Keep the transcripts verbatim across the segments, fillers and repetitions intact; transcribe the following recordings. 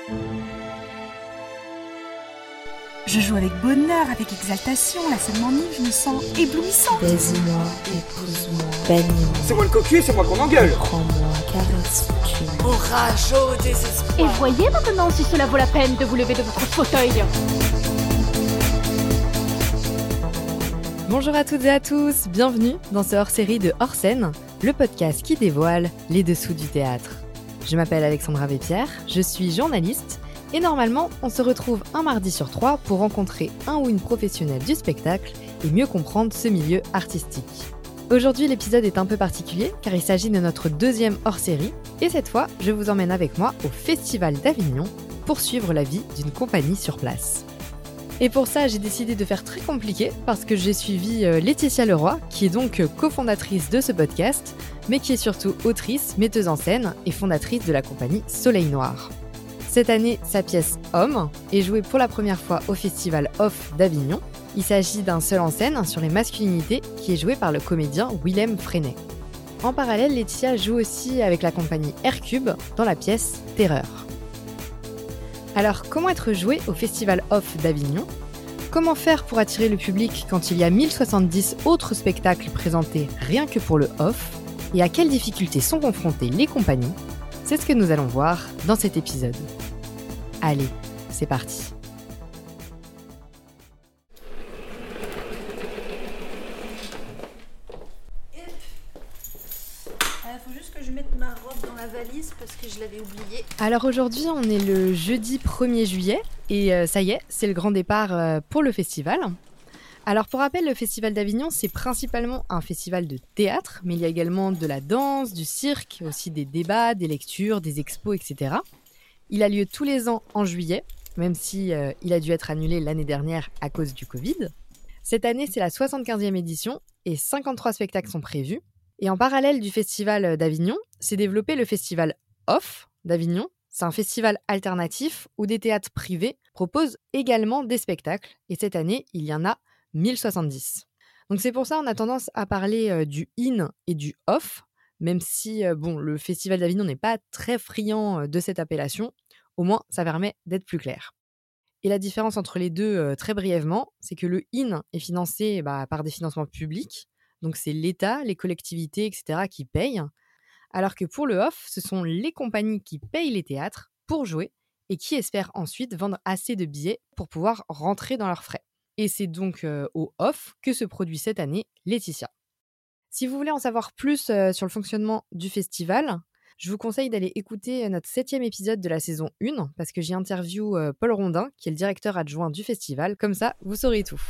Je joue avec bonheur, avec exaltation, la scène m'ennuie, je me sens éblouissante. Baise-moi, épouse-moi, bannis-moi. C'est moi le cocu, c'est moi qu'on engueule. Prends-moi, caresse, tue. Orage au désespoir. Et voyez maintenant si cela vaut la peine de vous lever de votre fauteuil. Bonjour à toutes et à tous, bienvenue dans ce hors-série de Hors Scène, le podcast qui dévoile les dessous du théâtre. Je m'appelle Alexandra Vépierre, je suis journaliste et normalement on se retrouve un mardi sur trois pour rencontrer un ou une professionnelle du spectacle et mieux comprendre ce milieu artistique. Aujourd'hui l'épisode est un peu particulier car il s'agit de notre deuxième hors-série et cette fois je vous emmène avec moi au Festival d'Avignon pour suivre la vie d'une compagnie sur place. Et pour ça, j'ai décidé de faire très compliqué parce que j'ai suivi Laetitia Leroy, qui est donc cofondatrice de ce podcast, mais qui est surtout autrice, metteuse en scène et fondatrice de la compagnie Soleil Noir. Cette année, sa pièce Homme est jouée pour la première fois au Festival Off d'Avignon. Il s'agit d'un seul en scène sur les masculinités qui est joué par le comédien Willem Freinet. En parallèle, Laetitia joue aussi avec la compagnie Aircube dans la pièce Terreur. Alors, comment être joué au Festival Off d'Avignon ? Comment faire pour attirer le public quand il y a mille soixante-dix autres spectacles présentés rien que pour le Off ? Et à quelles difficultés sont confrontées les compagnies ? C'est ce que nous allons voir dans cet épisode. Allez, c'est parti. Faut juste que je mette ma robe dans la valise parce que je l'avais oubliée. Alors aujourd'hui, on est le jeudi premier juillet et euh, ça y est, c'est le grand départ euh, pour le festival. Alors pour rappel, le Festival d'Avignon, c'est principalement un festival de théâtre, mais il y a également de la danse, du cirque, aussi des débats, des lectures, des expos, et cetera. Il a lieu tous les ans en juillet, même si euh, il a dû être annulé l'année dernière à cause du Covid. Cette année, c'est la soixante-quinzième édition et cinquante-trois spectacles sont prévus. Et en parallèle du Festival d'Avignon, s'est développé le Festival Off d'Avignon. C'est un festival alternatif où des théâtres privés proposent également des spectacles. Et cette année, il y en a mille soixante-dix. Donc c'est pour ça qu'on a tendance à parler euh, du in et du off, même si euh, bon, le Festival d'Avignon n'est pas très friand euh, de cette appellation. Au moins, ça permet d'être plus clair. Et la différence entre les deux, euh, très brièvement, c'est que le in est financé bah, par des financements publics. Donc c'est l'État, les collectivités, et cetera qui payent. Alors que pour le off, ce sont les compagnies qui payent les théâtres pour jouer et qui espèrent ensuite vendre assez de billets pour pouvoir rentrer dans leurs frais. Et c'est donc euh, au off que se produit cette année Laetitia. Si vous voulez en savoir plus euh, sur le fonctionnement du festival, je vous conseille d'aller écouter notre septième épisode de la saison un parce que j'y interview euh, Paul Rondin, qui est le directeur adjoint du festival. Comme ça, vous saurez tout.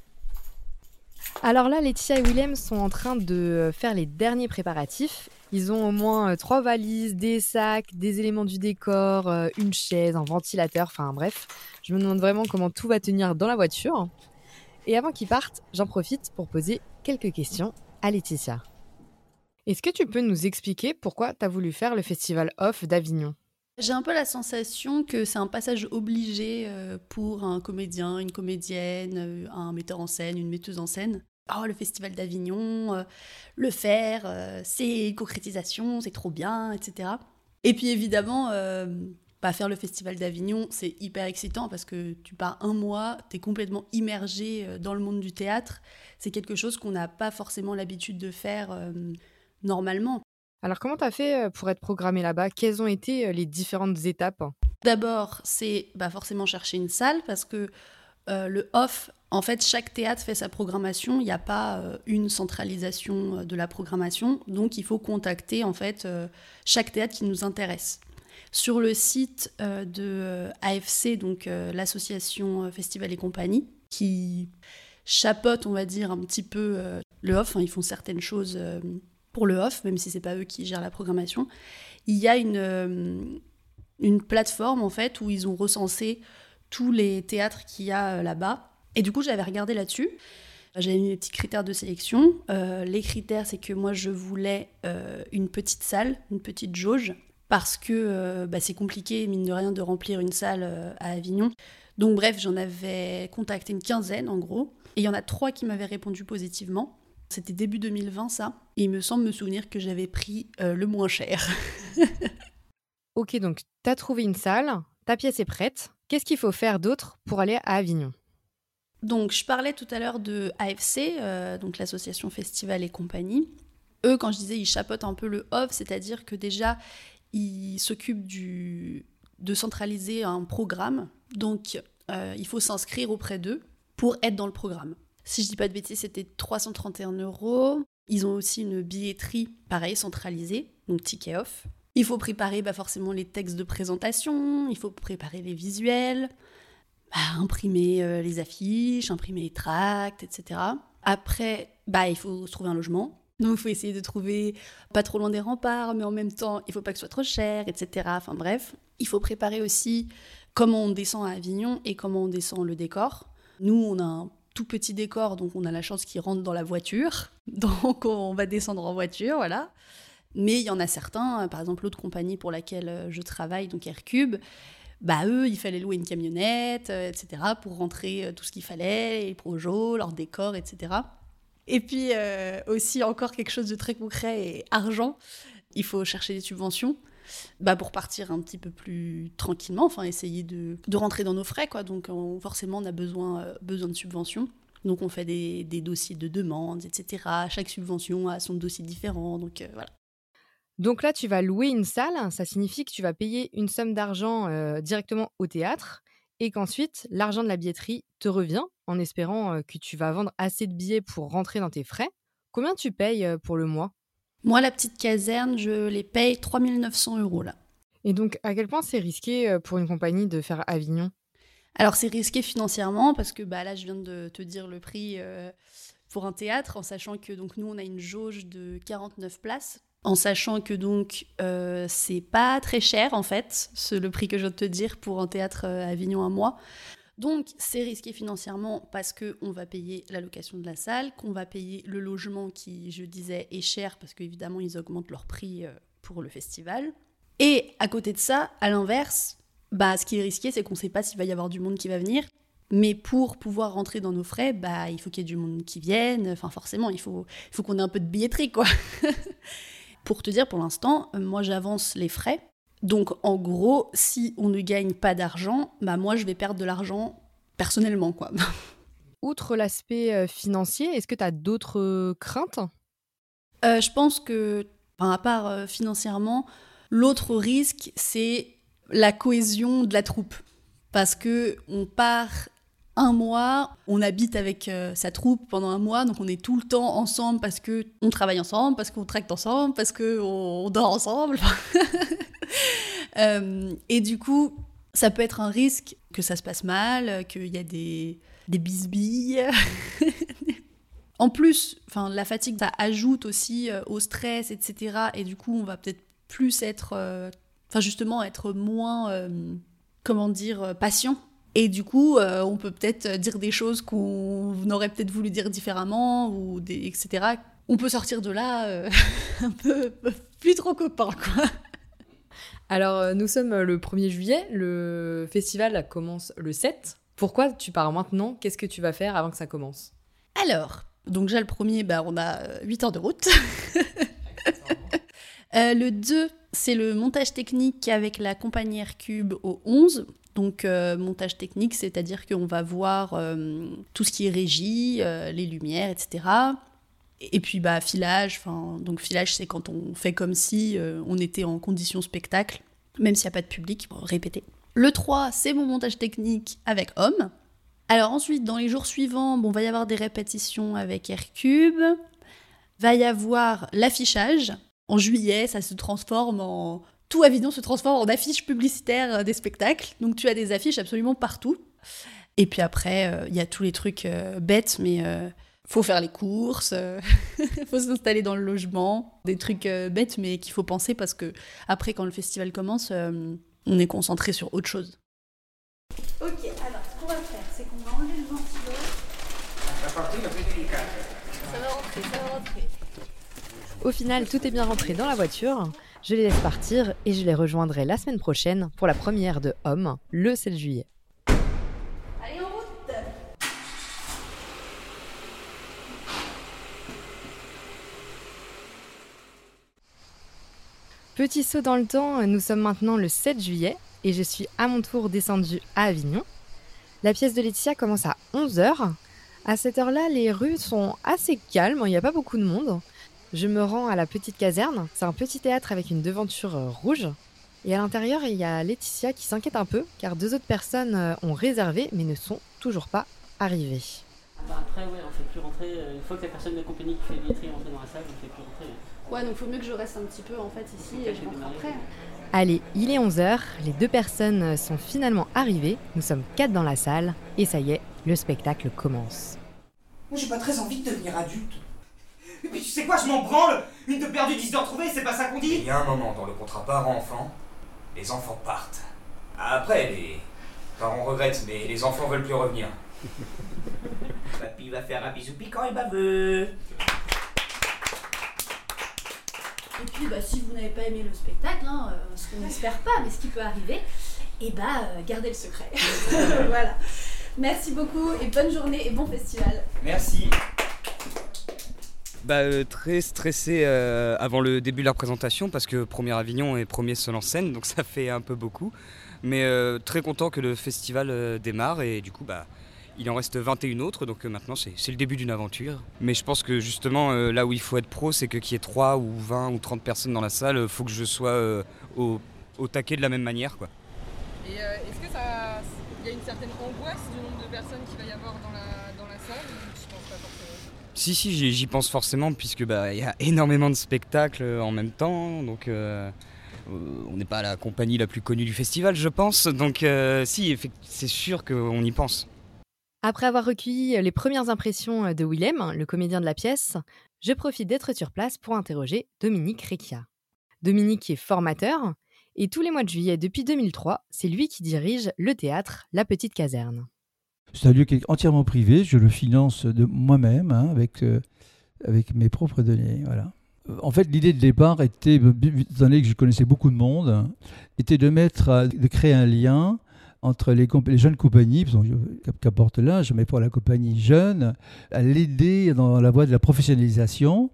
Alors là, Laetitia et Willem sont en train de faire les derniers préparatifs. Ils ont au moins trois valises, des sacs, des éléments du décor, une chaise, un ventilateur, enfin bref. Je me demande vraiment comment tout va tenir dans la voiture. Et avant qu'ils partent, j'en profite pour poser quelques questions à Laetitia. Est-ce que tu peux nous expliquer pourquoi tu as voulu faire le Festival Off d'Avignon ? J'ai un peu la sensation que c'est un passage obligé pour un comédien, une comédienne, un metteur en scène, une metteuse en scène. Oh, le Festival d'Avignon, euh, le faire, euh, c'est une concrétisation, c'est trop bien, et cetera. Et puis évidemment, euh, bah, faire le Festival d'Avignon, c'est hyper excitant parce que tu pars un mois, t'es complètement immergé dans le monde du théâtre. C'est quelque chose qu'on n'a pas forcément l'habitude de faire euh, normalement. Alors comment t'as fait pour être programmée là-bas ? Quelles ont été les différentes étapes ? D'abord, c'est bah, forcément chercher une salle parce que euh, le off, en fait, chaque théâtre fait sa programmation. Il n'y a pas euh, une centralisation de la programmation. Donc, il faut contacter en fait euh, chaque théâtre qui nous intéresse. Sur le site euh, de euh, A F C, donc euh, l'association Festival et Compagnie, qui chapeaute, on va dire, un petit peu euh, le off. Hein, ils font certaines choses euh, pour le off, même si c'est pas eux qui gèrent la programmation. Il y a une, euh, une plateforme, en fait, où ils ont recensé tous les théâtres qu'il y a euh, là-bas. Et du coup, j'avais regardé là-dessus. J'avais mis les petits critères de sélection. Euh, les critères, c'est que moi, je voulais euh, une petite salle, une petite jauge, parce que euh, bah, c'est compliqué, mine de rien, de remplir une salle euh, à Avignon. Donc bref, j'en avais contacté une quinzaine, en gros. Et il y en a trois qui m'avaient répondu positivement. C'était début deux mille vingt, ça. Et il me semble me souvenir que j'avais pris euh, le moins cher. Ok, donc t'as trouvé une salle, ta pièce est prête. Qu'est-ce qu'il faut faire d'autre pour aller à Avignon ? Donc, je parlais tout à l'heure de A F C, euh, donc l'association Festival et compagnie. Eux, quand je disais, ils chapeautent un peu le off, c'est-à-dire que déjà, ils s'occupent du... de centraliser un programme. Donc, euh, il faut s'inscrire auprès d'eux pour être dans le programme. Si je dis pas de bêtises, c'était trois cent trente et un euros. Ils ont aussi une billetterie, pareil, centralisée, donc ticket off. Il faut préparer bah, forcément les textes de présentation, il faut préparer les visuels, bah, imprimer euh, les affiches, imprimer les tracts, et cetera. Après, bah, il faut se trouver un logement. Donc, il faut essayer de trouver pas trop loin des remparts, mais en même temps, il faut pas que ce soit trop cher, et cetera. Enfin bref, il faut préparer aussi comment on descend à Avignon et comment on descend le décor. Nous, on a un tout petit décor, donc on a la chance qu'il rentre dans la voiture. Donc, on va descendre en voiture, voilà. Mais il y en a certains, par exemple l'autre compagnie pour laquelle je travaille, donc Aircube, bah eux, il fallait louer une camionnette, et cetera, pour rentrer tout ce qu'il fallait, les projos, leur décor, et cetera. Et puis euh, aussi encore quelque chose de très concret et argent, il faut chercher des subventions bah, pour partir un petit peu plus tranquillement, enfin essayer de, de rentrer dans nos frais, quoi. Donc on, forcément on a besoin, euh, besoin de subventions. Donc on fait des, des dossiers de demande, et cetera. Chaque subvention a son dossier différent, donc euh, voilà. Donc là, tu vas louer une salle, ça signifie que tu vas payer une somme d'argent euh, directement au théâtre et qu'ensuite, l'argent de la billetterie te revient en espérant euh, que tu vas vendre assez de billets pour rentrer dans tes frais. Combien tu payes euh, pour le mois ? Moi, la petite caserne, je les paye trois mille neuf cents euros là. Et donc, à quel point c'est risqué euh, pour une compagnie de faire Avignon ? Alors, c'est risqué financièrement parce que bah, là, je viens de te dire le prix euh, pour un théâtre, en sachant que donc, nous, on a une jauge de quarante-neuf places. En sachant que donc euh, c'est pas très cher en fait, c'est le prix que je viens de te dire pour un théâtre à Avignon un mois. Donc c'est risqué financièrement parce qu'on va payer la location de la salle, qu'on va payer le logement qui, je disais, est cher parce qu'évidemment ils augmentent leur prix pour le festival. Et à côté de ça, à l'inverse, bah, ce qui est risqué c'est qu'on sait pas s'il va y avoir du monde qui va venir. Mais pour pouvoir rentrer dans nos frais, bah, il faut qu'il y ait du monde qui vienne. Enfin forcément, il faut, il faut qu'on ait un peu de billetterie quoi. Pour te dire, pour l'instant, moi, j'avance les frais. Donc, en gros, si on ne gagne pas d'argent, bah moi, je vais perdre de l'argent personnellement, quoi. Outre l'aspect euh, financier, est-ce que tu as d'autres euh, craintes ? euh, Je pense que, enfin, à part euh, financièrement, l'autre risque, c'est la cohésion de la troupe. Parce qu'on part un mois, on habite avec euh, sa troupe pendant un mois, donc on est tout le temps ensemble parce qu'on travaille ensemble, parce qu'on tracte ensemble, parce qu'on on dort ensemble. euh, et du coup, ça peut être un risque que ça se passe mal, qu'il y a des, des bisbilles. En plus, la fatigue, ça ajoute aussi euh, au stress, et cetera. Et du coup, on va peut-être plus être... Enfin, euh, justement, être moins, euh, comment dire, euh, patient. Et du coup, euh, on peut peut-être dire des choses qu'on aurait peut-être voulu dire différemment, ou des, et cetera. On peut sortir de là euh, un peu plus trop copains, quoi. Alors, nous sommes le premier juillet, le festival commence le sept. Pourquoi tu pars maintenant ? Qu'est-ce que tu vas faire avant que ça commence ? Alors, donc déjà le premier, bah, on a huit heures de route. euh, le deux, c'est le montage technique avec la compagnie Aircube au onze. Donc, euh, montage technique, c'est-à-dire qu'on va voir euh, tout ce qui est régie, euh, les lumières, et cetera. Et puis, bah, filage. Donc, filage, c'est quand on fait comme si euh, on était en condition spectacle, même s'il n'y a pas de public, pour répéter. Le trois, c'est mon montage technique avec Homme. Alors ensuite, dans les jours suivants, bon, va y avoir des répétitions avec Aircube. Va y avoir l'affichage. En juillet, ça se transforme en... Tout Avignon se transforme en affiches publicitaires des spectacles. Donc tu as des affiches absolument partout. Et puis après, il euh, y a tous les trucs euh, bêtes, mais euh, faut faire les courses, euh, faut s'installer dans le logement. Des trucs euh, bêtes, mais qu'il faut penser parce que après, quand le festival commence, euh, on est concentré sur autre chose. Ok, alors ce qu'on va faire, c'est qu'on va enlever le ventilo. La partie la plus délicate. Ça va rentrer, ça va rentrer. Au final, tout est bien rentré dans la voiture. Je les laisse partir et je les rejoindrai la semaine prochaine pour la première de Homme, le sept juillet. Allez, en route! Petit saut dans le temps, nous sommes maintenant le sept juillet et je suis à mon tour descendue à Avignon. La pièce de Laetitia commence à onze heures. À cette heure-là, les rues sont assez calmes, il n'y a pas beaucoup de monde. Je me rends à la Petite Caserne, c'est un petit théâtre avec une devanture rouge. Et à l'intérieur, il y a Laetitia qui s'inquiète un peu, car deux autres personnes ont réservé, mais ne sont toujours pas arrivées. Bah après, ouais, on ne fait plus rentrer. Une fois que la personne de compagnie qui fait le billetterie est rentrée dans la salle, on ne fait plus rentrer. Ouais, donc il faut mieux que je reste un petit peu en fait ici et je rentre après. Allez, il est onze heures, les deux personnes sont finalement arrivées, nous sommes quatre dans la salle, et ça y est, le spectacle commence. Moi, j'ai pas très envie de devenir adulte. Et puis tu sais quoi, je m'en branle. Une de perdue, dix de retrouvée, c'est pas ça qu'on dit. Il y a un moment dans le contrat parent-enfant, les enfants partent. Après, les parents regrettent, mais les enfants veulent plus revenir. Papy va faire un bisou piquant et baveux. Et puis bah, si vous n'avez pas aimé le spectacle, hein, euh, ce qu'on n'espère pas, mais ce qui peut arriver, et bah euh, gardez le secret. Voilà. Merci beaucoup et bonne journée et bon festival. Merci. Bah, euh, très stressé euh, avant le début de la présentation parce que premier Avignon et premier seul en scène, donc ça fait un peu beaucoup. Mais euh, très content que le festival euh, démarre et du coup bah, il en reste vingt et un autres, donc euh, maintenant c'est, c'est le début d'une aventure. Mais je pense que justement euh, là où il faut être pro, c'est que qu'il y ait trois ou vingt ou trente personnes dans la salle, il faut que je sois euh, au, au taquet de la même manière, quoi. Et euh, est-ce que ça, il y a une certaine angoisse du nombre de personnes qu'il va y avoir dans la, dans la salle? Je pense pas forcément. Si, si, j'y, j'y pense forcément, puisque bah, y a énormément de spectacles en même temps, donc euh, on n'est pas la compagnie la plus connue du festival, je pense, donc euh, si, c'est sûr qu'on y pense. Après avoir recueilli les premières impressions de Willem, le comédien de la pièce, je profite d'être sur place pour interroger Dominique Recchia. Dominique est formateur, et tous les mois de juillet depuis deux mille trois, c'est lui qui dirige le théâtre La Petite Caserne. C'est un lieu qui est entièrement privé, je le finance de moi-même, hein, avec, euh, avec mes propres deniers. Voilà. En fait, l'idée de départ était, étant donné que je connaissais beaucoup de monde, hein, était de, mettre, de créer un lien entre les, comp- les jeunes compagnies, qu'apporte l'âge, mais pour la compagnie jeune, à l'aider dans la voie de la professionnalisation.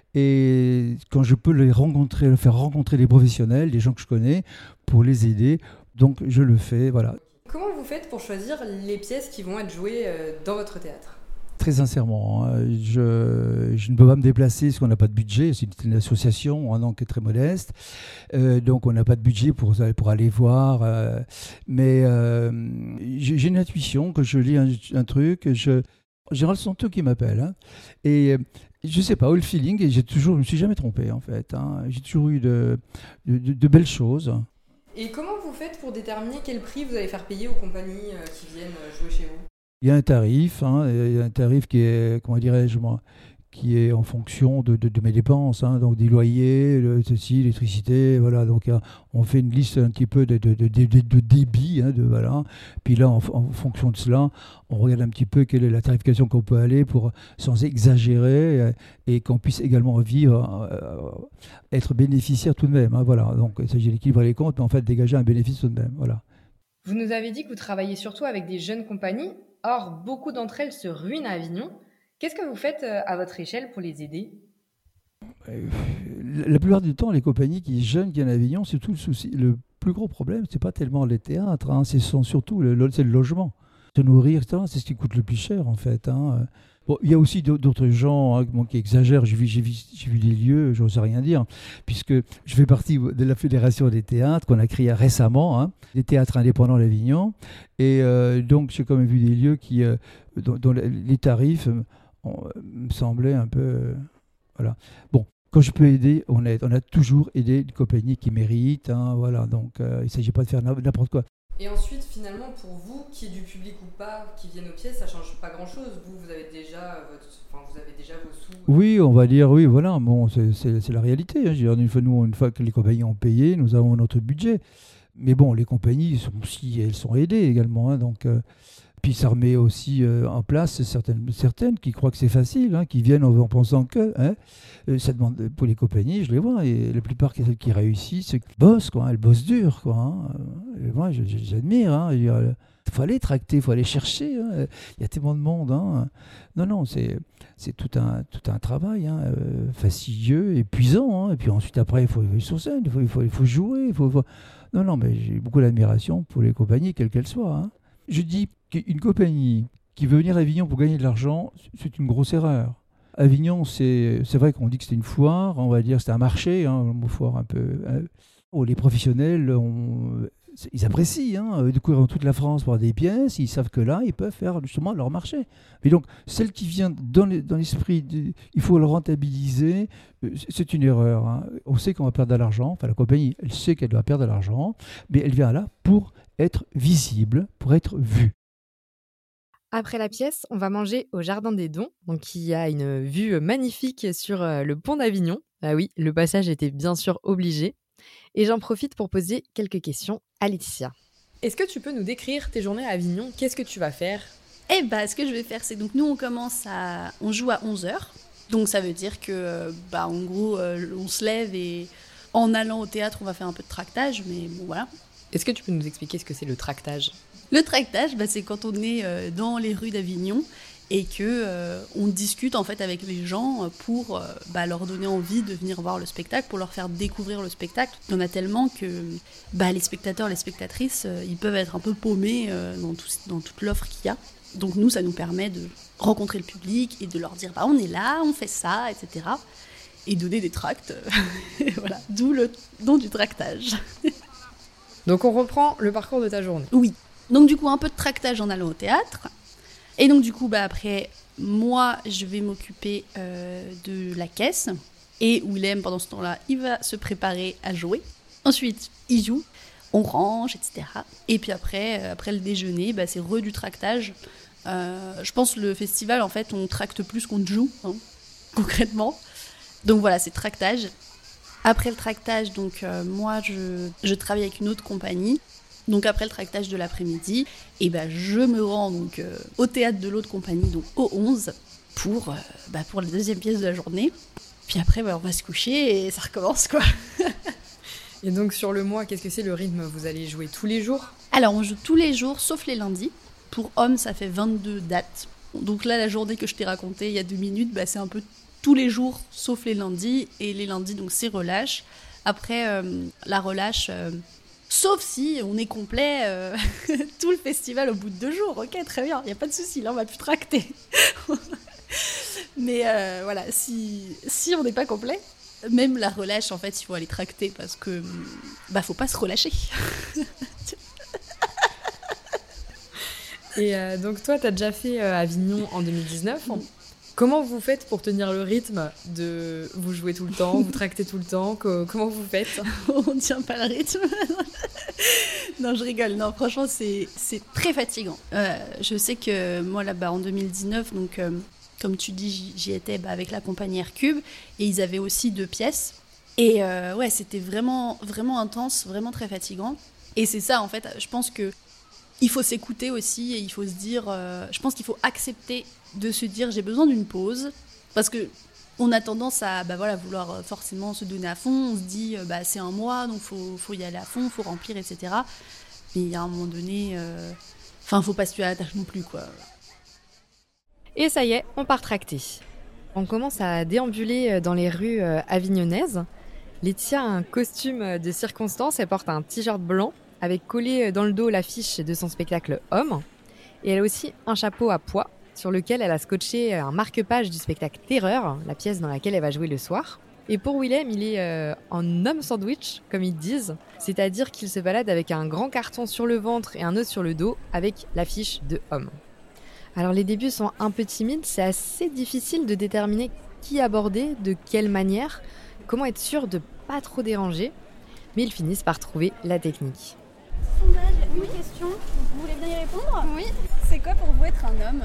Et quand je peux les rencontrer, faire rencontrer des professionnels, des gens que je connais, pour les aider, donc je le fais, voilà. Comment vous faites pour choisir les pièces qui vont être jouées dans votre théâtre ? Très sincèrement, hein, je, je ne peux pas me déplacer parce qu'on n'a pas de budget. C'est une association un an qui est très modeste, euh, donc on n'a pas de budget pour, pour aller voir. Euh, mais euh, j'ai, j'ai une intuition, que je lis un, un truc, je, en général, ce sont eux qui m'appellent. Hein, et je ne sais pas, le feeling, et j'ai toujours, je ne me suis jamais trompé en fait. Hein, j'ai toujours eu de, de, de, de belles choses. Et comment vous faites pour déterminer quel prix vous allez faire payer aux compagnies qui viennent jouer chez vous ? Il y a un tarif, hein, il y a un tarif qui est, comment dirais-je moi, qui est en fonction de, de, de mes dépenses, hein, donc des loyers, le, ceci, l'électricité, voilà. Donc a, on fait une liste un petit peu de, de, de, de, de débit, hein, de, voilà. Puis là, en, en fonction de cela, on regarde un petit peu quelle est la tarification qu'on peut aller pour, sans exagérer, euh, et qu'on puisse également vivre, euh, être bénéficiaire tout de même. Hein, voilà. Donc il s'agit d'équilibrer les comptes, mais en fait dégager un bénéfice tout de même. Voilà. Vous nous avez dit que vous travaillez surtout avec des jeunes compagnies. Or, beaucoup d'entre elles se ruinent à Avignon. Qu'est-ce que vous faites à votre échelle pour les aider ? La plupart du temps, les compagnies qui sont jeunes qui viennent à Avignon, c'est tout le souci. Le plus gros problème, c'est pas tellement les théâtres, hein, c'est surtout le, c'est le logement. Se nourrir, et cetera, c'est ce qui coûte le plus cher, en fait. Hein. Bon, il y a aussi d'autres gens, hein, qui exagèrent. J'ai vu, j'ai vu, j'ai vu des lieux, je n'ose rien dire, puisque je fais partie de la Fédération des théâtres qu'on a créée récemment, hein, les théâtres indépendants d'Avignon. Et euh, donc, j'ai quand même vu des lieux qui, euh, dont, dont les tarifs euh, on, me semblaient un peu... Euh, voilà. Bon, quand je peux aider, on a, on a toujours aidé des compagnies qui méritent. Hein, voilà, donc, euh, il ne s'agit pas de faire n'importe quoi. Et ensuite, finalement, pour vous, qu'il y ait du public ou pas, qui viennent aux pièces, ça ne change pas grand-chose. Vous, vous avez déjà, votre, enfin, vous avez déjà vos sous. Oui, on va dire, oui, voilà. Bon, c'est, c'est, c'est la réalité. Hein. Je veux dire, une fois, nous, une fois que les compagnies ont payé, nous avons notre budget. Mais bon, les compagnies, sont, si elles sont aidées également. Hein, donc, euh, puis ça remet aussi euh, en place certaines, certaines qui croient que c'est facile, hein, qui viennent en, en pensant que... Hein, ça demande, pour les compagnies, je les vois, et la plupart qui, qui réussissent, ceux qui bossent, quoi, elles bossent dur. Quoi, hein. Et moi, je, je, j'admire. Hein, il faut aller tracter, il faut aller chercher. Hein. Il y a tellement de monde. Hein. Non, non, c'est, c'est tout, un, tout un travail, hein, euh, fastidieux, épuisant. Hein. Et puis ensuite, après, il faut aller sur scène, il faut, il faut, il faut jouer. Il faut, faut... Non, non, mais j'ai beaucoup d'admiration pour les compagnies, quelles qu'elles soient. Hein. Je dis qu'une compagnie qui veut venir à Avignon pour gagner de l'argent, c'est une grosse erreur. Avignon, c'est, c'est vrai qu'on dit que c'est une foire, on va dire que c'est un marché, hein, le mot foire un peu. Hein, où les professionnels, on, ils apprécient hein, de courir dans toute la France pour avoir des pièces, ils savent que là, ils peuvent faire justement leur marché. Mais donc, celle qui vient dans, les, dans l'esprit, de, il faut le rentabiliser, c'est une erreur. Hein. On sait qu'on va perdre de l'argent, enfin la compagnie, elle sait qu'elle doit perdre de l'argent, mais elle vient là pour être visible, pour être vue. Après la pièce, on va manger au Jardin des Dons, donc qui a une vue magnifique sur le pont d'Avignon. Ah oui, le passage était bien sûr obligé. Et j'en profite pour poser quelques questions à Laetitia. Est-ce que tu peux nous décrire tes journées à Avignon ? Qu'est-ce que tu vas faire ? Eh bah, ce que je vais faire, c'est donc nous, on commence à... On joue à onze heures. Donc ça veut dire que, bah, en gros, euh, on se lève et en allant au théâtre, on va faire un peu de tractage, mais bon, voilà. Est-ce que tu peux nous expliquer ce que c'est le tractage ? Le tractage, bah, c'est quand on est euh, dans les rues d'Avignon et que euh, on discute en fait avec les gens pour euh, bah, leur donner envie de venir voir le spectacle, pour leur faire découvrir le spectacle. Il y en a tellement que bah, les spectateurs, les spectatrices, euh, ils peuvent être un peu paumés euh, dans, tout, dans toute l'offre qu'il y a. Donc nous, ça nous permet de rencontrer le public et de leur dire bah, on est là, on fait ça, et cetera. Et donner des tracts. Et voilà, d'où le nom du tractage. Donc on reprend le parcours de ta journée. Oui. Donc du coup, un peu de tractage en allant au théâtre. Et donc du coup, bah, après, moi, je vais m'occuper euh, de la caisse. Et Willem, pendant ce temps-là, il va se préparer à jouer. Ensuite, il joue, on range, et cetera. Et puis après, euh, après le déjeuner, bah, c'est re du tractage. Euh, je pense que le festival, en fait, on tracte plus qu'on ne joue, hein, concrètement. Donc voilà, c'est tractage. Après le tractage, donc euh, moi, je, je travaille avec une autre compagnie. Donc après le tractage de l'après-midi, et ben je me rends donc euh, au théâtre de l'autre compagnie, donc au onze, pour, euh, bah, pour la deuxième pièce de la journée. Puis après, bah, on va se coucher et ça recommence, quoi. Et donc sur le mois, qu'est-ce que c'est le rythme ? Vous allez jouer tous les jours ? Alors on joue tous les jours, sauf les lundis. Pour hommes, ça fait vingt-deux dates. Donc là, la journée que je t'ai racontée il y a deux minutes, bah, c'est un peu tous les jours, sauf les lundis. Et les lundis, donc c'est relâche. Après, euh, la relâche... Euh, Sauf si on est complet euh, tout le festival au bout de deux jours. Ok, très bien, il n'y a pas de souci, là on va plus tracter. Mais euh, voilà, si, si on n'est pas complet, même la relâche, en fait, il faut aller tracter parce que bah faut pas se relâcher. Et euh, donc toi, tu as déjà fait euh, Avignon en deux mille dix-neuf. Comment vous faites pour tenir le rythme de... Vous jouez tout le temps, vous tractez tout le temps, que... comment vous faites ? On ne tient pas le rythme. Non, je rigole. Non, franchement, c'est, c'est très fatigant. Euh, je sais que moi, là-bas, en deux mille dix-neuf, donc, euh, comme tu dis, j'y étais bah, avec la compagnie Aircube, et ils avaient aussi deux pièces. Et euh, ouais, c'était vraiment, vraiment intense, vraiment très fatigant. Et c'est ça, en fait, je pense que il faut s'écouter aussi, et il faut se dire... Euh, je pense qu'il faut accepter de se dire j'ai besoin d'une pause, parce que on a tendance à bah voilà, vouloir forcément se donner à fond, on se dit bah, c'est un mois donc faut, faut y aller à fond, faut remplir, et cetera. Mais il y a un moment donné, euh... enfin faut pas se tuer à la tâche non plus, quoi. Et ça y est, on part tracter. On commence à déambuler dans les rues avignonnaises. Laetitia a un costume de circonstance, elle porte un t-shirt blanc avec collé dans le dos l'affiche de son spectacle Homme, et elle a aussi un chapeau à pois sur lequel elle a scotché un marque-page du spectacle Terreur, la pièce dans laquelle elle va jouer le soir. Et pour Willem, il est euh, en homme sandwich, comme ils disent, c'est-à-dire qu'il se balade avec un grand carton sur le ventre et un autre sur le dos, avec l'affiche de Homme. Alors les débuts sont un peu timides, c'est assez difficile de déterminer qui aborder, de quelle manière, comment être sûr de pas trop déranger, mais ils finissent par trouver la technique. Sondage, une question, vous voulez bien y répondre ? Oui. C'est quoi pour vous être un homme ?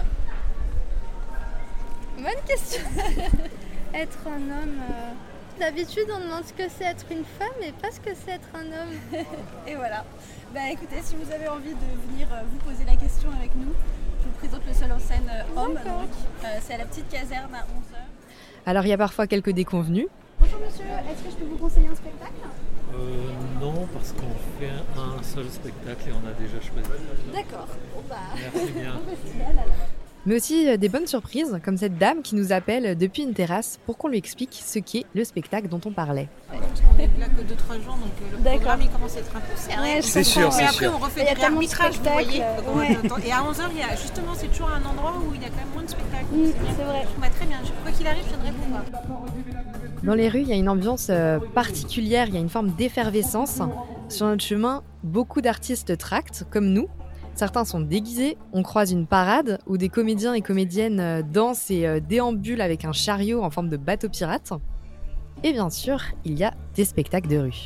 Bonne question. Être un homme... Euh... D'habitude, on demande ce que c'est être une femme et pas ce que c'est être un homme. Et voilà. Bah écoutez, si vous avez envie de venir euh, vous poser la question avec nous, je vous présente le seul en scène euh, homme. Donc, euh, c'est à la petite caserne à onze heures. Alors il y a parfois quelques déconvenus. Bonjour monsieur, est-ce que je peux vous conseiller un spectacle ? Euh, non, parce qu'on fait un seul spectacle et on a déjà choisi. D'accord. Bon bah... Merci bien. Bon festival alors. Mais aussi euh, des bonnes surprises, comme cette dame qui nous appelle depuis une terrasse pour qu'on lui explique ce qu'est le spectacle dont on parlait. On est là que deux trois jours, donc euh, le D'accord. programme il commence à être un peu serré. Ouais, C'est sûr, Mais c'est après, sûr. on refait Il y a des tellement de réarbitrages, vous spectacles, voyez. euh, Donc, on ouais. attend. Et à onze heures, il y a, justement, c'est toujours un endroit où il y a quand même moins de spectacles. Mm, c'est bien. c'est vrai. Je trouve, bah, très bien. Quoi qu'il arrive, je viendrai vous voir. Dans les rues, il y a une ambiance euh, particulière, il y a une forme d'effervescence. Sur notre chemin, beaucoup d'artistes tractent, comme nous. Certains sont déguisés, on croise une parade où des comédiens et comédiennes euh, dansent et euh, déambulent avec un chariot en forme de bateau pirate. Et bien sûr, il y a des spectacles de rue.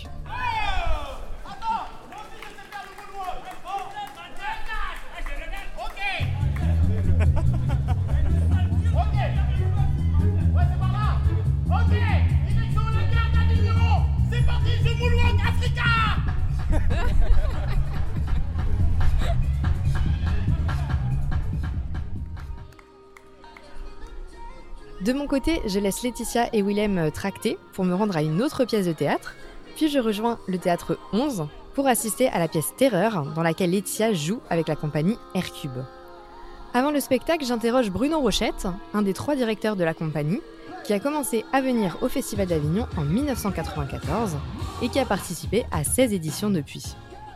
De mon côté, je laisse Laetitia et Willem euh, tracter pour me rendre à une autre pièce de théâtre, puis je rejoins le théâtre onze pour assister à la pièce Terreur, dans laquelle Laetitia joue avec la compagnie Aircube. Avant le spectacle, j'interroge Bruno Rochette, un des trois directeurs de la compagnie, qui a commencé à venir au Festival d'Avignon en dix-neuf cent quatre-vingt-quatorze et qui a participé à seize éditions depuis.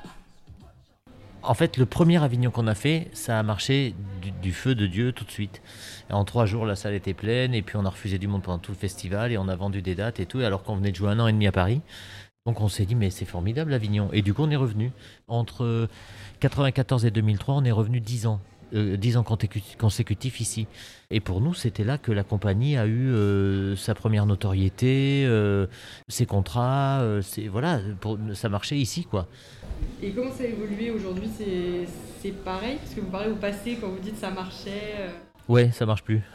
En fait, le premier Avignon qu'on a fait, ça a marché du, du feu de Dieu tout de suite. Et en trois jours, la salle était pleine, et puis on a refusé du monde pendant tout le festival, et on a vendu des dates et tout, alors qu'on venait de jouer un an et demi à Paris. Donc on s'est dit, mais c'est formidable Avignon. Et du coup, on est revenu. Entre quatre-vingt-quatorze et deux mille trois, on est revenu dix ans. Euh, dix ans consécutifs consécutifs ici. Et pour nous, c'était là que la compagnie a eu euh, sa première notoriété, euh, ses contrats, euh, c'est, voilà, pour, ça marchait ici, quoi. Et comment ça a évolué aujourd'hui? c'est, c'est pareil? Parce que vous parlez au passé quand vous dites ça marchait. Euh... Ouais, ça marche plus.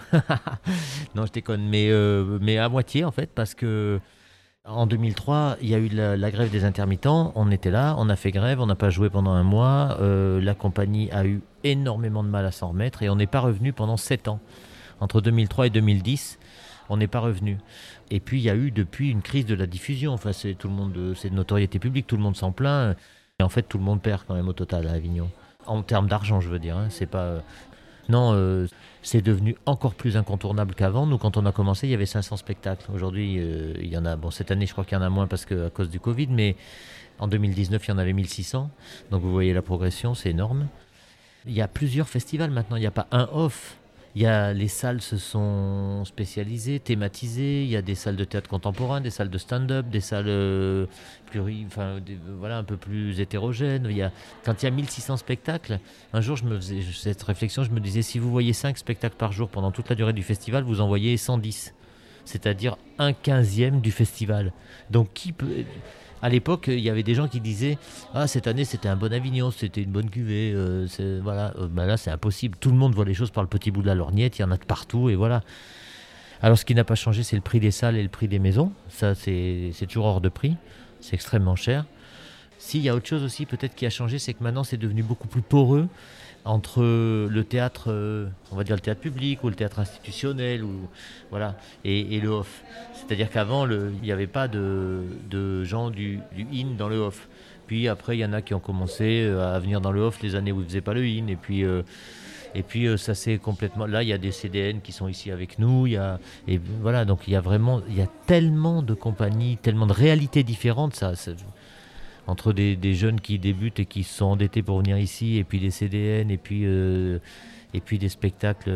Non, je déconne, mais, euh, mais à moitié en fait, parce que en deux mille trois, il y a eu la, la grève des intermittents, on était là, on a fait grève, on n'a pas joué pendant un mois, euh, la compagnie a eu énormément de mal à s'en remettre et on n'est pas revenu pendant sept ans. Entre deux mille trois et deux mille dix, on n'est pas revenu. Et puis il y a eu depuis une crise de la diffusion, enfin c'est, tout le monde, c'est de notoriété publique, tout le monde s'en plaint, et en fait tout le monde perd quand même au total à Avignon. En termes d'argent, je veux dire, hein, c'est pas... Non, euh, c'est devenu encore plus incontournable qu'avant. Nous, quand on a commencé, il y avait cinq cents spectacles. Aujourd'hui, euh, il y en a... Bon, cette année, je crois qu'il y en a moins parce que, à cause du Covid, mais en deux mille dix-neuf, il y en avait mille six cents. Donc, vous voyez la progression, c'est énorme. Il y a plusieurs festivals maintenant. Il n'y a pas un off. Il y a, les salles se sont spécialisées, thématisées. Il y a des salles de théâtre contemporain, des salles de stand-up, des salles euh, pluri, enfin, des, voilà, un peu plus hétérogènes. Il y a, quand il y a mille six cents spectacles, un jour, je me faisais cette réflexion, je me disais, si vous voyez cinq spectacles par jour pendant toute la durée du festival, vous en voyez cent dix. C'est-à-dire un quinzième du festival. Donc, qui peut... À l'époque, il y avait des gens qui disaient « Ah, cette année, c'était un bon Avignon, c'était une bonne cuvée. Euh, c'est, voilà. Euh, ben là, c'est impossible. Tout le monde voit les choses par le petit bout de la lorgnette. Il y en a de partout, et voilà. » Alors, ce qui n'a pas changé, c'est le prix des salles et le prix des maisons. Ça, c'est, c'est toujours hors de prix. C'est extrêmement cher. S'il y a autre chose aussi, peut-être, qui a changé, c'est que maintenant, c'est devenu beaucoup plus poreux entre le théâtre, euh, on va dire le théâtre public ou le théâtre institutionnel, ou, voilà, et, et le off. C'est-à-dire qu'avant, le, il n'y avait pas de, de gens du, du in dans le off. Puis après, il y en a qui ont commencé à venir dans le off les années où ils ne faisaient pas le in. Et puis, euh, et puis euh, ça c'est complètement... Là, il y a des C D N qui sont ici avec nous. Il y a, et voilà, donc il y a vraiment... Il y a tellement de compagnies, tellement de réalités différentes. Ça, ça, entre des, des jeunes qui débutent et qui se sont endettés pour venir ici, et puis des C D N, et puis, euh, et puis des spectacles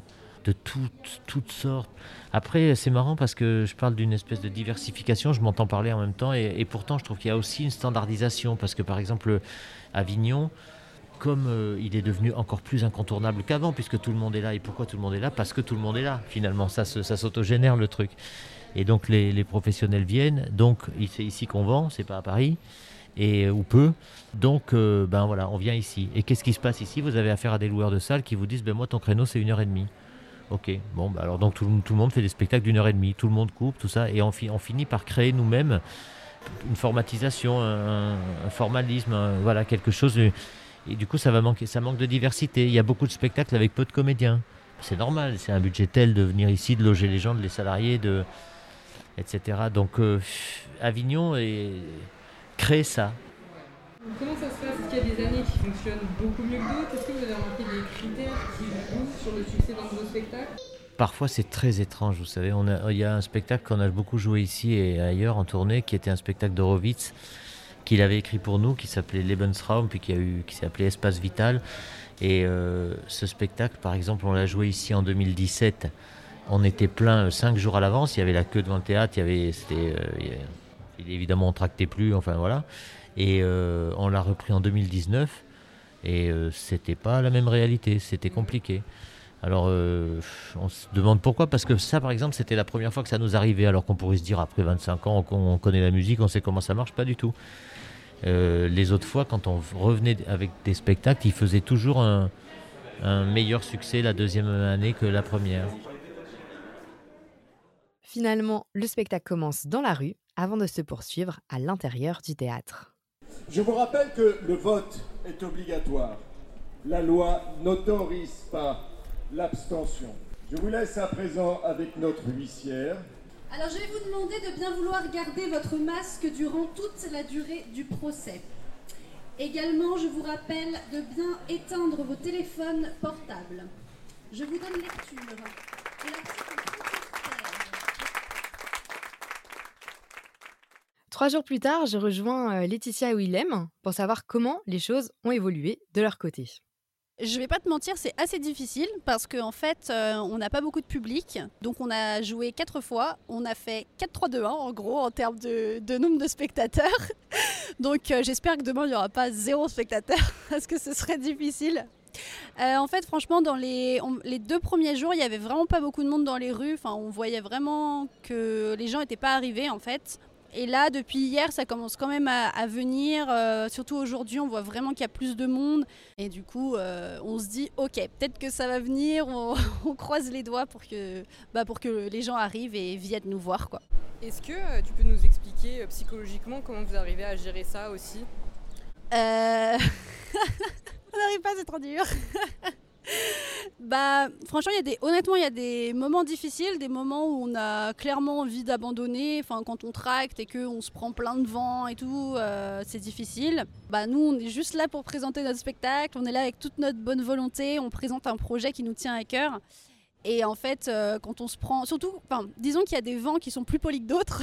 de toutes, toutes sortes. Après, c'est marrant parce que je parle d'une espèce de diversification, je m'entends parler en même temps, et, et pourtant je trouve qu'il y a aussi une standardisation, parce que par exemple, Avignon, comme euh, il est devenu encore plus incontournable qu'avant, puisque tout le monde est là. Et pourquoi tout le monde est là? Parce que tout le monde est là, finalement, ça, ça s'autogénère le truc. Et donc les, les professionnels viennent, donc c'est ici qu'on vend, c'est pas à Paris. Et, ou peu, donc euh, ben voilà, on vient ici. Et qu'est-ce qui se passe ici? Vous avez affaire à des loueurs de salles qui vous disent ben moi ton créneau c'est une heure et demie. Ok, bon ben alors donc tout, tout le monde fait des spectacles d'une heure et demie, tout le monde coupe, tout ça, et on, fi, on finit par créer nous-mêmes une formatisation, un, un formalisme, un, voilà, quelque chose. Et du coup ça va manquer, ça manque de diversité. Il y a beaucoup de spectacles avec peu de comédiens. C'est normal, c'est un budget tel de venir ici, de loger les gens, de les salariés, de, et cetera. Donc euh, Avignon est... crée ça. Comment ça se passe? Est-ce qu'il y a des années qui fonctionnent beaucoup mieux que d'autres? Est-ce que vous avez remarqué des critères qui jouent sur le succès d'un de vos spectacles? Parfois c'est très étrange, vous savez. On a, il y a un spectacle qu'on a beaucoup joué ici et ailleurs en tournée, qui était un spectacle d'Horowitz, qu'il avait écrit pour nous, qui s'appelait Lebensraum, puis qui, a eu, qui s'est appelé Espace Vital. Et euh, ce spectacle, par exemple, on l'a joué ici en deux mille dix-sept. On était plein cinq jours à l'avance, il y avait la queue devant le théâtre, il y avait, c'était, euh, il, évidemment on tractait plus, enfin voilà. Et euh, on l'a repris en deux mille dix-neuf et euh, c'était pas la même réalité, c'était compliqué. Alors euh, on se demande pourquoi, parce que ça par exemple c'était la première fois que ça nous arrivait, alors qu'on pourrait se dire après vingt-cinq ans on connaît la musique, on sait comment ça marche, pas du tout. Euh, les autres fois quand on revenait avec des spectacles, ils faisaient toujours un, un meilleur succès la deuxième année que la première. Finalement, le spectacle commence dans la rue avant de se poursuivre à l'intérieur du théâtre. Je vous rappelle que le vote est obligatoire. La loi n'autorise pas l'abstention. Je vous laisse à présent avec notre huissière. Alors je vais vous demander de bien vouloir garder votre masque durant toute la durée du procès. Également, je vous rappelle de bien éteindre vos téléphones portables. Je vous donne lecture de l'article Trois jours plus tard, je rejoins Laetitia et Willem pour savoir comment les choses ont évolué de leur côté. Je vais pas te mentir, c'est assez difficile parce qu'en en fait, euh, on n'a pas beaucoup de public. Donc on a joué quatre fois. On a fait quatre trois deux un en gros en termes de, de nombre de spectateurs. Donc euh, j'espère que demain il n'y aura pas zéro spectateur parce que ce serait difficile. Euh, en fait, franchement, dans les, on, les deux premiers jours, il n'y avait vraiment pas beaucoup de monde dans les rues. Enfin, on voyait vraiment que les gens n'étaient pas arrivés en fait. Et là, depuis hier, ça commence quand même à, à venir. Euh, surtout aujourd'hui, on voit vraiment qu'il y a plus de monde. Et du coup, euh, on se dit, ok, peut-être que ça va venir. On, on croise les doigts pour que, bah, pour que les gens arrivent et viennent nous voir, quoi. Est-ce que euh, tu peux nous expliquer euh, psychologiquement comment vous arrivez à gérer ça aussi? euh... On n'arrive pas, c'est trop dur. Bah, franchement, il y a des, honnêtement, il y a des moments difficiles, des moments où on a clairement envie d'abandonner. Enfin, quand on tracte et qu'on se prend plein de vent et tout, euh, c'est difficile. Bah, nous, on est juste là pour présenter notre spectacle. On est là avec toute notre bonne volonté. On présente un projet qui nous tient à cœur. Et en fait, euh, quand on se prend, surtout, enfin, disons qu'il y a des vents qui sont plus polis que d'autres.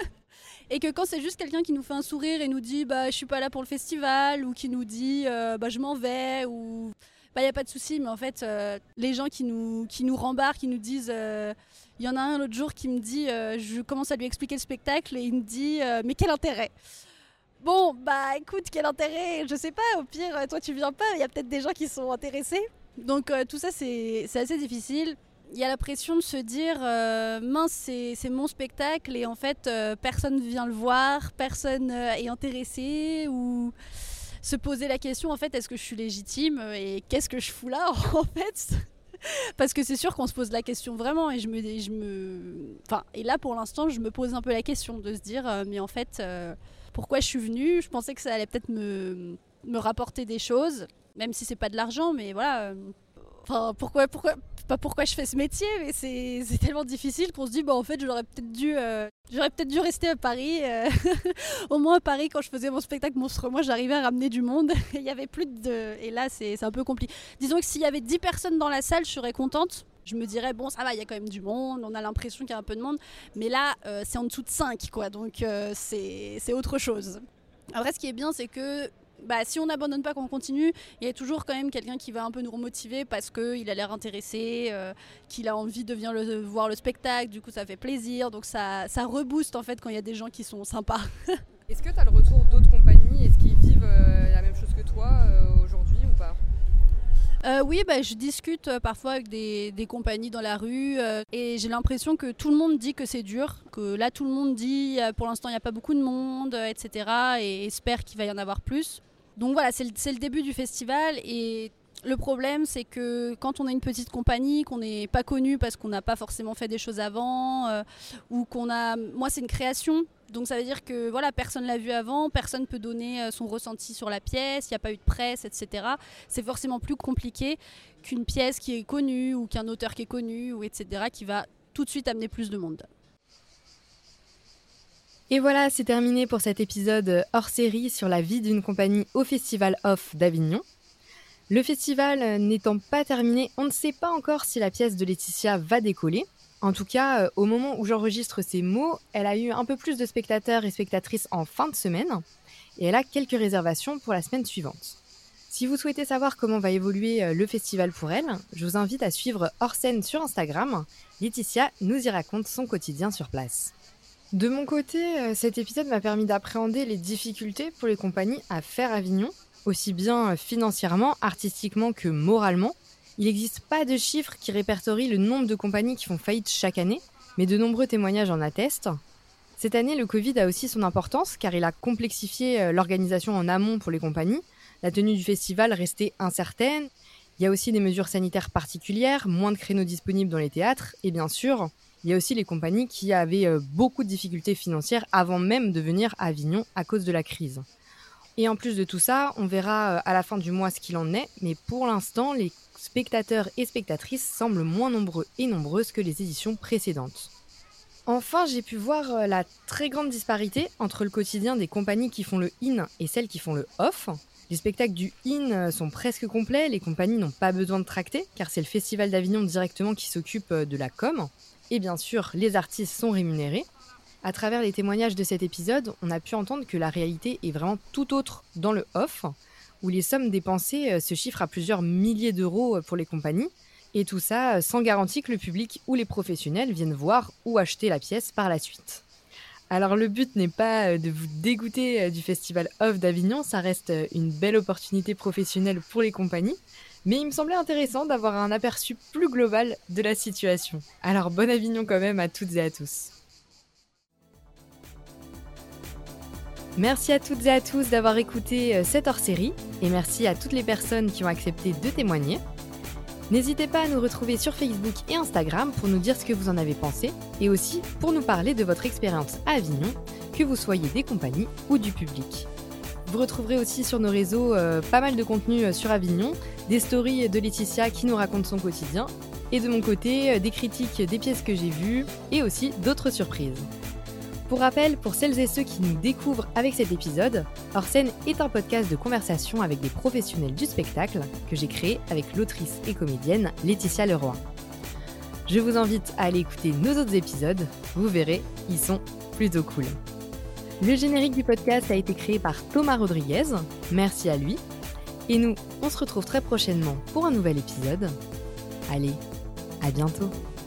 Et que quand c'est juste quelqu'un qui nous fait un sourire et nous dit bah, je suis pas là pour le festival, ou qui nous dit euh, bah, je m'en vais, ou il n'y a pas de souci, mais en fait, euh, les gens qui nous, qui nous rembarquent, qui nous disent... Il euh, y en a un l'autre jour qui me dit, euh, je commence à lui expliquer le spectacle, et il me dit, euh, mais quel intérêt? Bon, bah écoute, quel intérêt? Je sais pas, au pire, toi tu viens pas, il y a peut-être des gens qui sont intéressés. Donc euh, tout ça, c'est, c'est assez difficile. Il y a la pression de se dire, euh, mince, c'est, c'est mon spectacle, et en fait, euh, personne vient le voir, personne euh, est intéressé, ou... se poser la question en fait, est-ce que je suis légitime et qu'est-ce que je fous là en fait? Parce que c'est sûr qu'on se pose la question vraiment, et je me, je me, enfin, et là pour l'instant je me pose un peu la question de se dire euh, mais en fait euh, pourquoi je suis venue? Je pensais que ça allait peut-être me, me rapporter des choses, même si c'est pas de l'argent, mais voilà. Euh, Enfin, pourquoi, pourquoi, pas pourquoi je fais ce métier, mais c'est, c'est tellement difficile qu'on se dit, bah en fait, j'aurais peut-être dû, euh, j'aurais peut-être dû rester à Paris. Euh, au moins à Paris, quand je faisais mon spectacle Monstre Moi, j'arrivais à ramener du monde. Il y avait plus de, et là, c'est, c'est un peu compliqué. Disons que s'il y avait dix personnes dans la salle, je serais contente. Je me dirais, bon, ça va, il y a quand même du monde, on a l'impression qu'il y a un peu de monde. Mais là, euh, c'est en dessous de cinq, quoi. Donc, euh, c'est, c'est autre chose. Après, ce qui est bien, c'est que bah, si on n'abandonne pas, qu'on continue, il y a toujours quand même quelqu'un qui va un peu nous remotiver parce qu'il a l'air intéressé, euh, qu'il a envie de venir le, voir le spectacle, du coup ça fait plaisir, donc ça, ça rebooste en fait quand il y a des gens qui sont sympas. Est-ce que tu as le retour d'autres compagnies? Est-ce qu'ils vivent euh, la même chose que toi euh, aujourd'hui ou pas? Euh, oui, bah, je discute euh, parfois avec des, des compagnies dans la rue euh, et j'ai l'impression que tout le monde dit que c'est dur, que là tout le monde dit euh, pour l'instant il n'y a pas beaucoup de monde, euh, et cetera et espère qu'il va y en avoir plus. Donc voilà, c'est le, c'est le début du festival, et le problème c'est que quand on a une petite compagnie, qu'on n'est pas connu parce qu'on n'a pas forcément fait des choses avant, euh, ou qu'on a... Moi c'est une création, donc ça veut dire que voilà, personne ne l'a vu avant, personne ne peut donner son ressenti sur la pièce, il n'y a pas eu de presse, et cetera. C'est forcément plus compliqué qu'une pièce qui est connue ou qu'un auteur qui est connu, ou et cetera, qui va tout de suite amener plus de monde. Et voilà, c'est terminé pour cet épisode hors série sur la vie d'une compagnie au Festival Off d'Avignon. Le festival n'étant pas terminé, on ne sait pas encore si la pièce de Laetitia va décoller. En tout cas, au moment où j'enregistre ces mots, elle a eu un peu plus de spectateurs et spectatrices en fin de semaine, et elle a quelques réservations pour la semaine suivante. Si vous souhaitez savoir comment va évoluer le festival pour elle, je vous invite à suivre hors scène sur Instagram. Laetitia nous y raconte son quotidien sur place. De mon côté, cet épisode m'a permis d'appréhender les difficultés pour les compagnies à faire Avignon, aussi bien financièrement, artistiquement que moralement. Il n'existe pas de chiffres qui répertorient le nombre de compagnies qui font faillite chaque année, mais de nombreux témoignages en attestent. Cette année, le Covid a aussi son importance car il a complexifié l'organisation en amont pour les compagnies. La tenue du festival restait incertaine. Il y a aussi des mesures sanitaires particulières, moins de créneaux disponibles dans les théâtres. Et bien sûr, il y a aussi les compagnies qui avaient beaucoup de difficultés financières avant même de venir à Avignon à cause de la crise. Et en plus de tout ça, on verra à la fin du mois ce qu'il en est. Mais pour l'instant, les spectateurs et spectatrices semblent moins nombreux et nombreuses que les éditions précédentes. Enfin, j'ai pu voir la très grande disparité entre le quotidien des compagnies qui font le in et celles qui font le off. Les spectacles du in sont presque complets, les compagnies n'ont pas besoin de tracter, car c'est le Festival d'Avignon directement qui s'occupe de la com. Et bien sûr, les artistes sont rémunérés. À travers les témoignages de cet épisode, on a pu entendre que la réalité est vraiment tout autre dans le off, où les sommes dépensées se chiffrent à plusieurs milliers d'euros pour les compagnies, et tout ça sans garantie que le public ou les professionnels viennent voir ou acheter la pièce par la suite. Alors le but n'est pas de vous dégoûter du Festival Off d'Avignon, ça reste une belle opportunité professionnelle pour les compagnies, mais il me semblait intéressant d'avoir un aperçu plus global de la situation. Alors bon Avignon quand même à toutes et à tous. Merci à toutes et à tous d'avoir écouté cette hors-série, et merci à toutes les personnes qui ont accepté de témoigner. N'hésitez pas à nous retrouver sur Facebook et Instagram pour nous dire ce que vous en avez pensé et aussi pour nous parler de votre expérience à Avignon, que vous soyez des compagnies ou du public. Vous retrouverez aussi sur nos réseaux euh, pas mal de contenu sur Avignon, des stories de Laetitia qui nous raconte son quotidien et de mon côté euh, des critiques des pièces que j'ai vues et aussi d'autres surprises. Pour rappel, pour celles et ceux qui nous découvrent avec cet épisode, Hors scène est un podcast de conversation avec des professionnels du spectacle que j'ai créé avec l'autrice et comédienne Laetitia Leroy. Je vous invite à aller écouter nos autres épisodes, vous verrez, ils sont plutôt cool. Le générique du podcast a été créé par Thomas Rodriguez, merci à lui. Et nous, on se retrouve très prochainement pour un nouvel épisode. Allez, à bientôt.